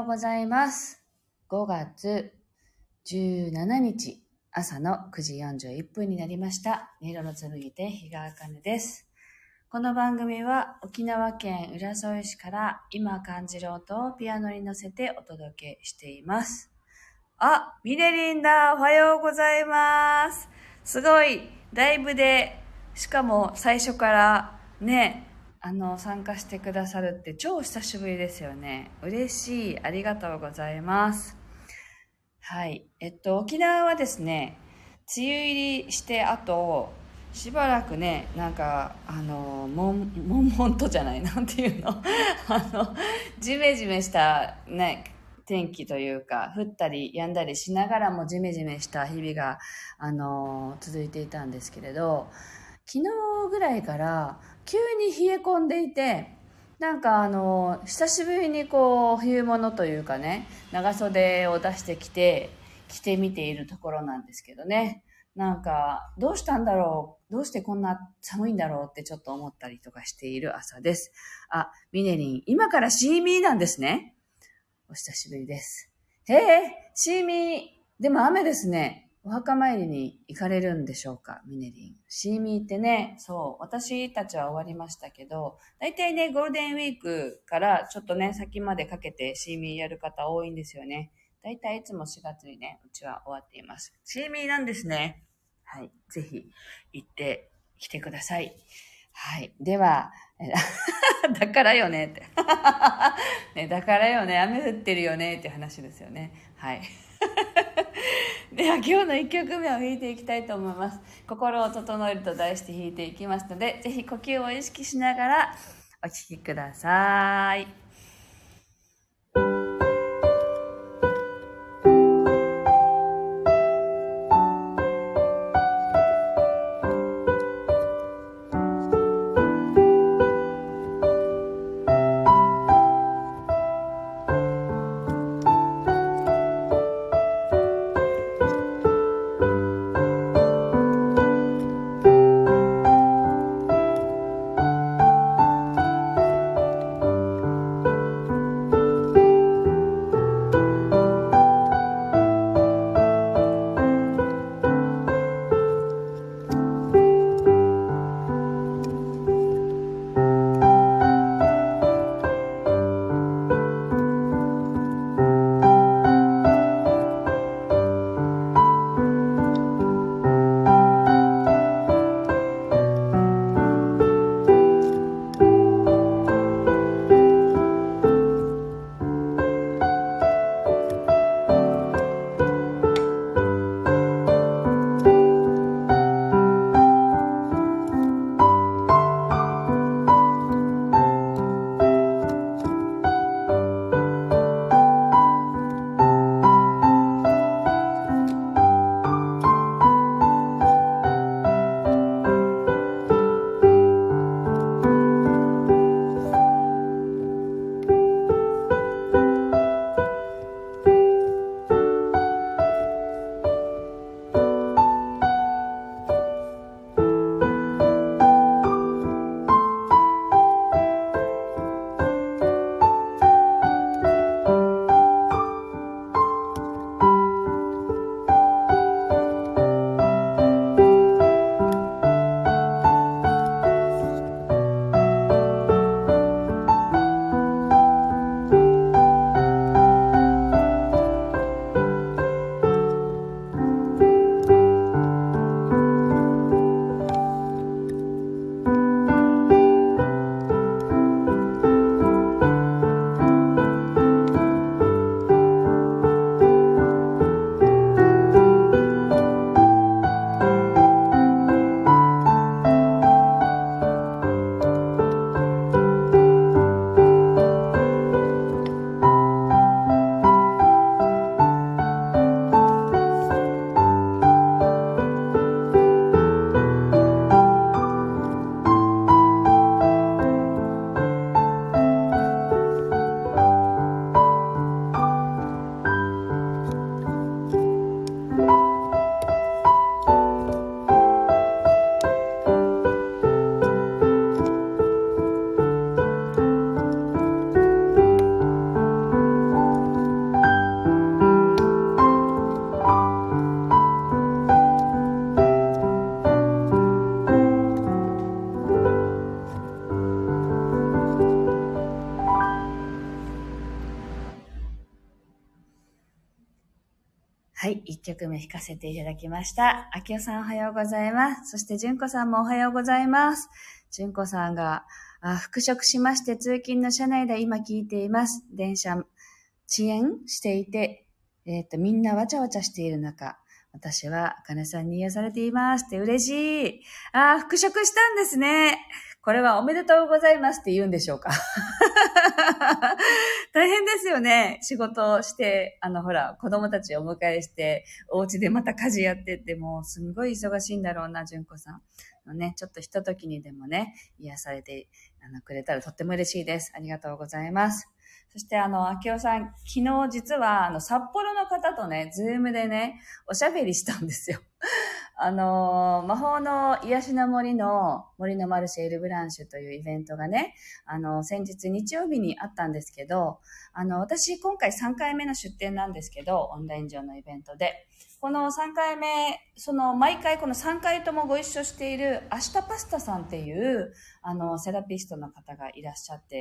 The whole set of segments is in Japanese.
ございます。5月17日朝の9時41分になりました。音色の紡店日川茜です。この番組は沖縄県浦添市から今感じる音をピアノに乗せてお届けしています。あ、ミネリンだ。おはようございます。すごいライブで、しかも最初からね、参加してくださるって超久しぶりですよね。嬉しい。ありがとうございます。はい。沖縄はですね、梅雨入りしてあと、しばらくね、悶々とじゃない、なんていうのジメジメしたね、天気というか、降ったり止んだりしながらもジメジメした日々が、続いていたんですけれど、昨日ぐらいから急に冷え込んでいて、久しぶりに冬物というかね、長袖を出してきて、着てみているところなんですけどね。どうしたんだろう、どうしてこんな寒いんだろうってちょっと思ったりとかしている朝です。あ、ミネリン、今からシーミーなんですね。お久しぶりです。へえ、シーミー、でも雨ですね。お墓参りに行かれるんでしょうか、ミネリン。シーミーってね、そう、私たちは終わりましたけど、だいたいね、ゴールデンウィークからちょっとね、先までかけてシーミーやる方多いんですよね。だいたいいつも4月にね、うちは終わっています。シーミーなんですね。はい、ぜひ行ってきてください。はい、では、だからよねって。ね、だからよね、雨降ってるよねって話ですよね。はい。では今日の1曲目を弾いていきたいと思います。心を整えると題して弾いていきますので、ぜひ呼吸を意識しながらお聴きください。 1曲目弾かせていただきました。あきおさんおはようございます。そしてじゅんこさんもおはようございます。じゅんこさんが、復職しまして通勤の車内で今聞いています。電車遅延していて、みんなわちゃわちゃしている中、私はあかねさんに癒されていますって嬉しい。復職したんですね。これはおめでとうございますって言うんでしょうか。大変ですよね。仕事をして、ほら、子供たちをお迎えして、お家でまた家事やってって、もうすんごい忙しいんだろうな、純子さん。のね、ちょっとひとときにでもね、癒されてくれたらとっても嬉しいです。ありがとうございます。そしてあきおさん、昨日実は札幌の方とね、ズームでね、おしゃべりしたんですよ。魔法の癒しの森のマルシェエルブランシュというイベントがね、先日日曜日にあったんですけど、私今回3回目の出展なんですけど、オンライン上のイベントで、この3回目、毎回この3回ともご一緒している明日パスタさんっていう、セラピストの方がいらっしゃって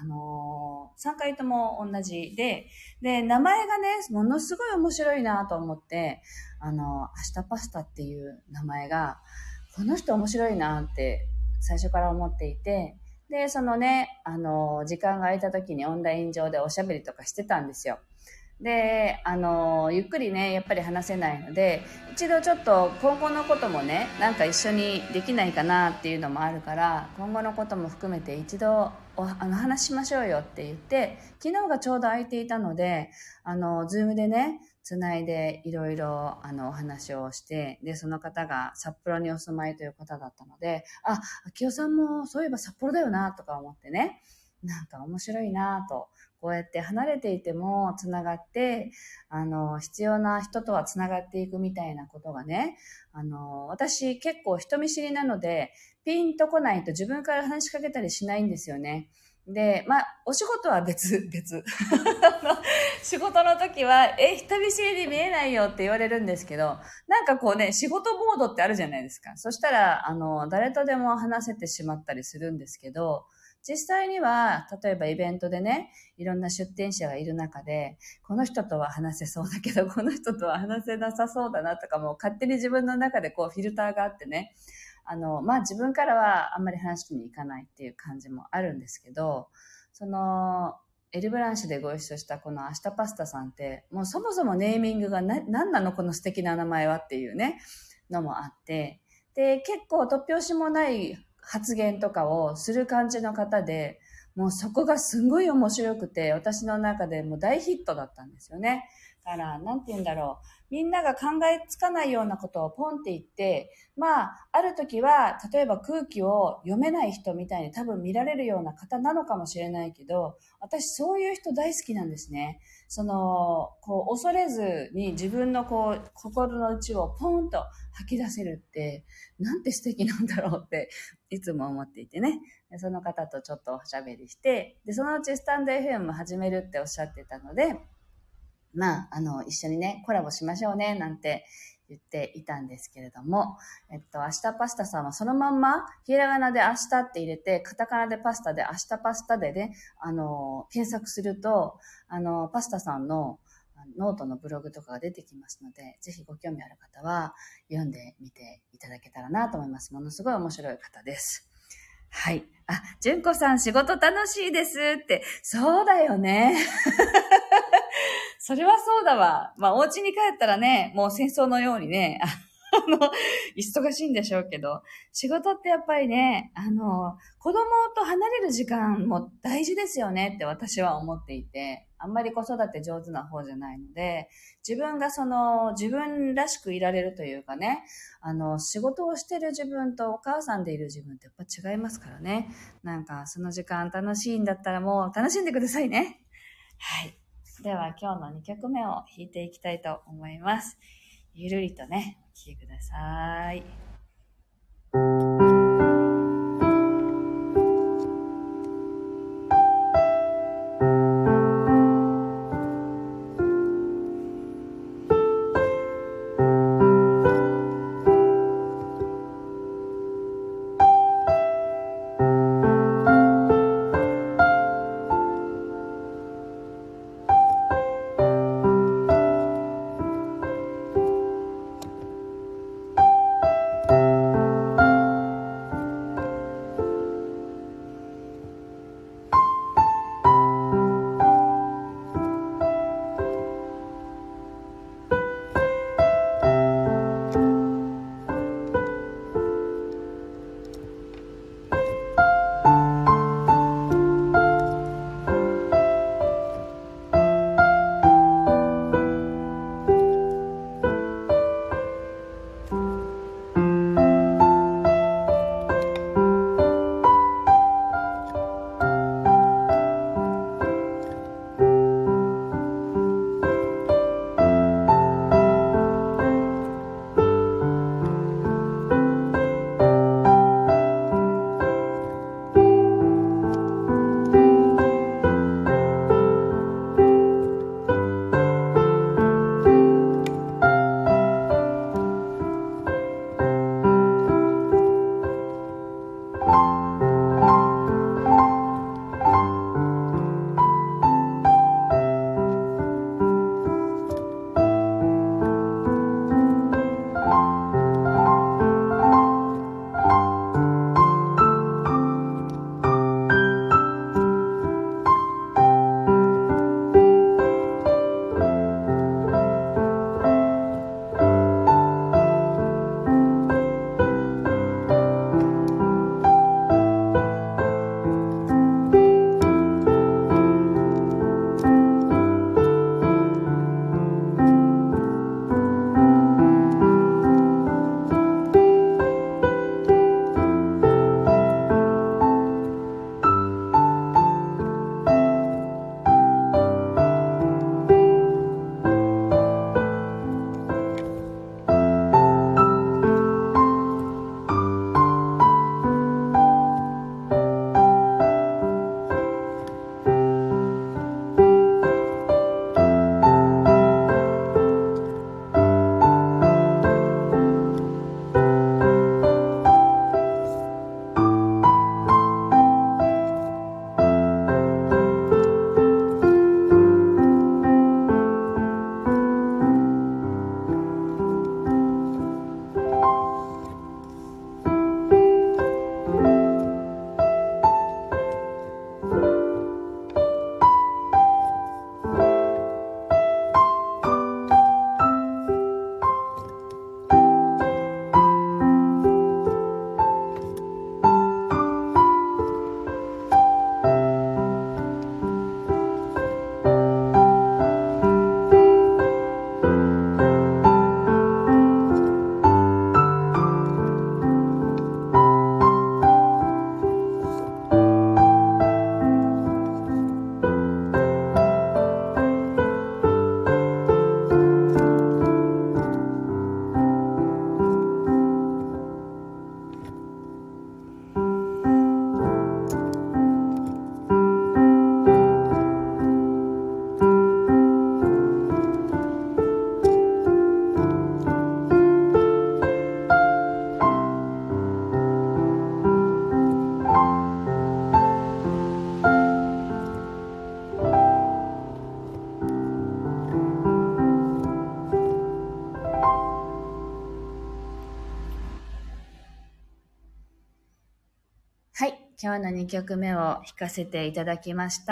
、3回とも同じで、名前がね、ものすごい面白いなと思って、明日パスタっていう名前が、この人面白いなって最初から思っていて、で、時間が空いた時にオンライン上でおしゃべりとかしてたんですよ。で、ゆっくりね、やっぱり話せないので、一度ちょっと今後のこともね、なんか一緒にできないかなっていうのもあるから、今後のことも含めて一度話しましょうよって言って、昨日がちょうど空いていたので、ズームでね、つないでいろいろお話をして、で、その方が札幌にお住まいという方だったので、秋代さんもそういえば札幌だよなとか思ってね、なんか面白いなと。こうやって離れていてもつながって、必要な人とはつながっていくみたいなことがね、私結構人見知りなので、ピンとこないと自分から話しかけたりしないんですよね。で、お仕事は別。仕事の時は、人見知りに見えないよって言われるんですけど、なんかこうね、仕事モードってあるじゃないですか。そしたら、誰とでも話せてしまったりするんですけど、実際には、例えばイベントでね、いろんな出店者がいる中で、この人とは話せそうだけど、この人とは話せなさそうだなとかも勝手に自分の中でこうフィルターがあってね、自分からはあんまり話しに行かないっていう感じもあるんですけど、エルブランシュでご一緒したこの明日パスタさんって、もうそもそもネーミングが何なのこの素敵な名前はっていうね、のもあって、で、結構突拍子もない発言とかをする感じの方で、もうそこがすごい面白くて、私の中でもう大ヒットだったんですよね。だから、なんて言うんだろう。みんなが考えつかないようなことをポンって言って、ある時は、例えば空気を読めない人みたいに多分見られるような方なのかもしれないけど、私そういう人大好きなんですね。恐れずに自分の心の内をポンと吐き出せるって、なんて素敵なんだろうって、いつも思っていてね。その方とちょっとおしゃべりして、で、そのうちスタンド FM も始めるっておっしゃってたので、一緒にね、コラボしましょうね、なんて言っていたんですけれども、明日パスタさんはそのまんま、ひらがなで明日って入れて、カタカナでパスタで明日パスタでね、検索すると、パスタさんのノートのブログとかが出てきますので、ぜひご興味ある方は読んでみていただけたらなと思います。ものすごい面白い方です。はい。純子さん仕事楽しいですって。そうだよね。それはそうだわ。お家に帰ったらね、もう戦争のようにね、忙しいんでしょうけど、仕事ってやっぱりね、子供と離れる時間も大事ですよねって私は思っていて、あんまり子育て上手な方じゃないので、自分が自分らしくいられるというかね、仕事をしてる自分とお母さんでいる自分ってやっぱ違いますからね。なんかその時間楽しいんだったらもう楽しんでくださいね。はい。では今日の2曲目を弾いていきたいと思います。ゆるりとね、お聴きください。 今日の2曲目を弾かせていただきました。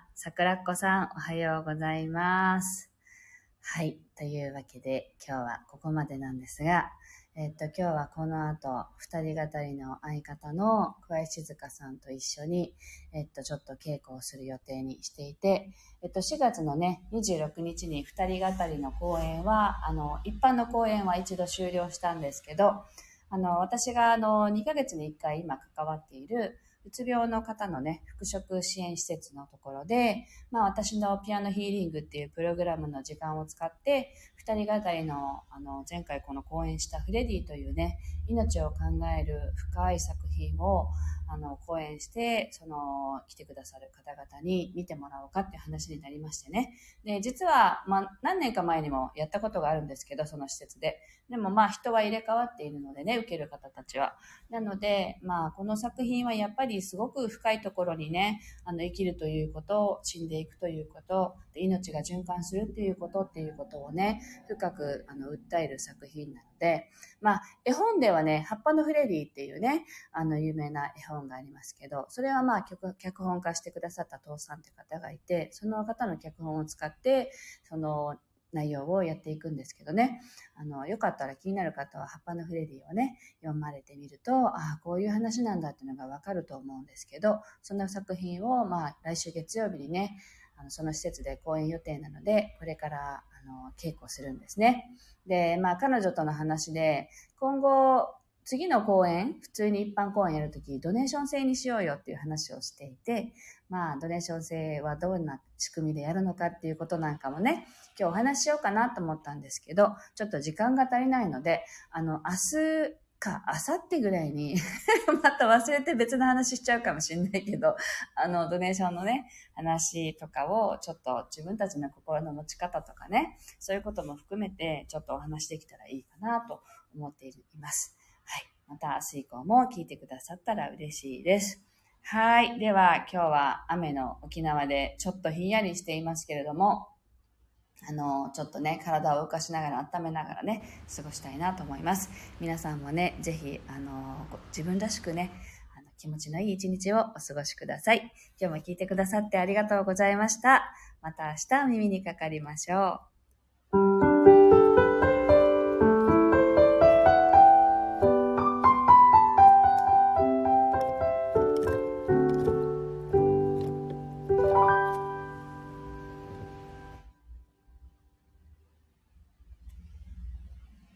桜子さん、おはようございます。はい。というわけで、今日はここまでなんですが、今日はこの後、二人語りの相方の桑井静香さんと一緒に、ちょっと稽古をする予定にしていて、4月のね、26日に二人語りの公演は、一般の公演は一度終了したんですけど、私が2ヶ月に1回今関わっている、うつ病の方のね、復職支援施設のところで、私のピアノヒーリングっていうプログラムの時間を使って、二人語りの、前回この講演したフレディというね、命を考える深い作品を、講演して、来てくださる方々に見てもらおうかっていう話になりましてね。で、実は、何年か前にもやったことがあるんですけど、その施設で。でも人は入れ替わっているのでね、受ける方たちは。なので、この作品はやっぱりすごく深いところにね、生きるということ、死んでいくということ、命が循環するっていうことをね、深く訴える作品なので、絵本ではね、葉っぱのフレディっていうね、有名な絵本がありますけど、それは脚本化してくださった父さんって方がいて、その方の脚本を使って、その内容をやっていくんですけどね、よかったら気になる方は葉っぱのフレディをね、読まれてみると、こういう話なんだっていうのがわかると思うんですけど、その作品を来週月曜日にね、その施設で公演予定なので、これから稽古するんですね。で、彼女との話で、今後、次の公演、普通に一般公演やるとき、ドネーション制にしようよっていう話をしていて、ドネーション制はどんな仕組みでやるのかっていうことなんかもね、今日お話ししようかなと思ったんですけど、ちょっと時間が足りないので、明日か明後日ぐらいにまた忘れて別の話しちゃうかもしれないけど、ドネーションのね、話とかをちょっと自分たちの心の持ち方とかね、そういうことも含めてちょっとお話できたらいいかなと思っています。はい。また明日以降も聞いてくださったら嬉しいです。はい。では今日は雨の沖縄でちょっとひんやりしていますけれども、ちょっとね、体を動かしながら温めながらね、過ごしたいなと思います。皆さんもね、ぜひ、自分らしくね、気持ちのいい一日をお過ごしください。今日も聞いてくださってありがとうございました。また明日お耳にかかりましょう。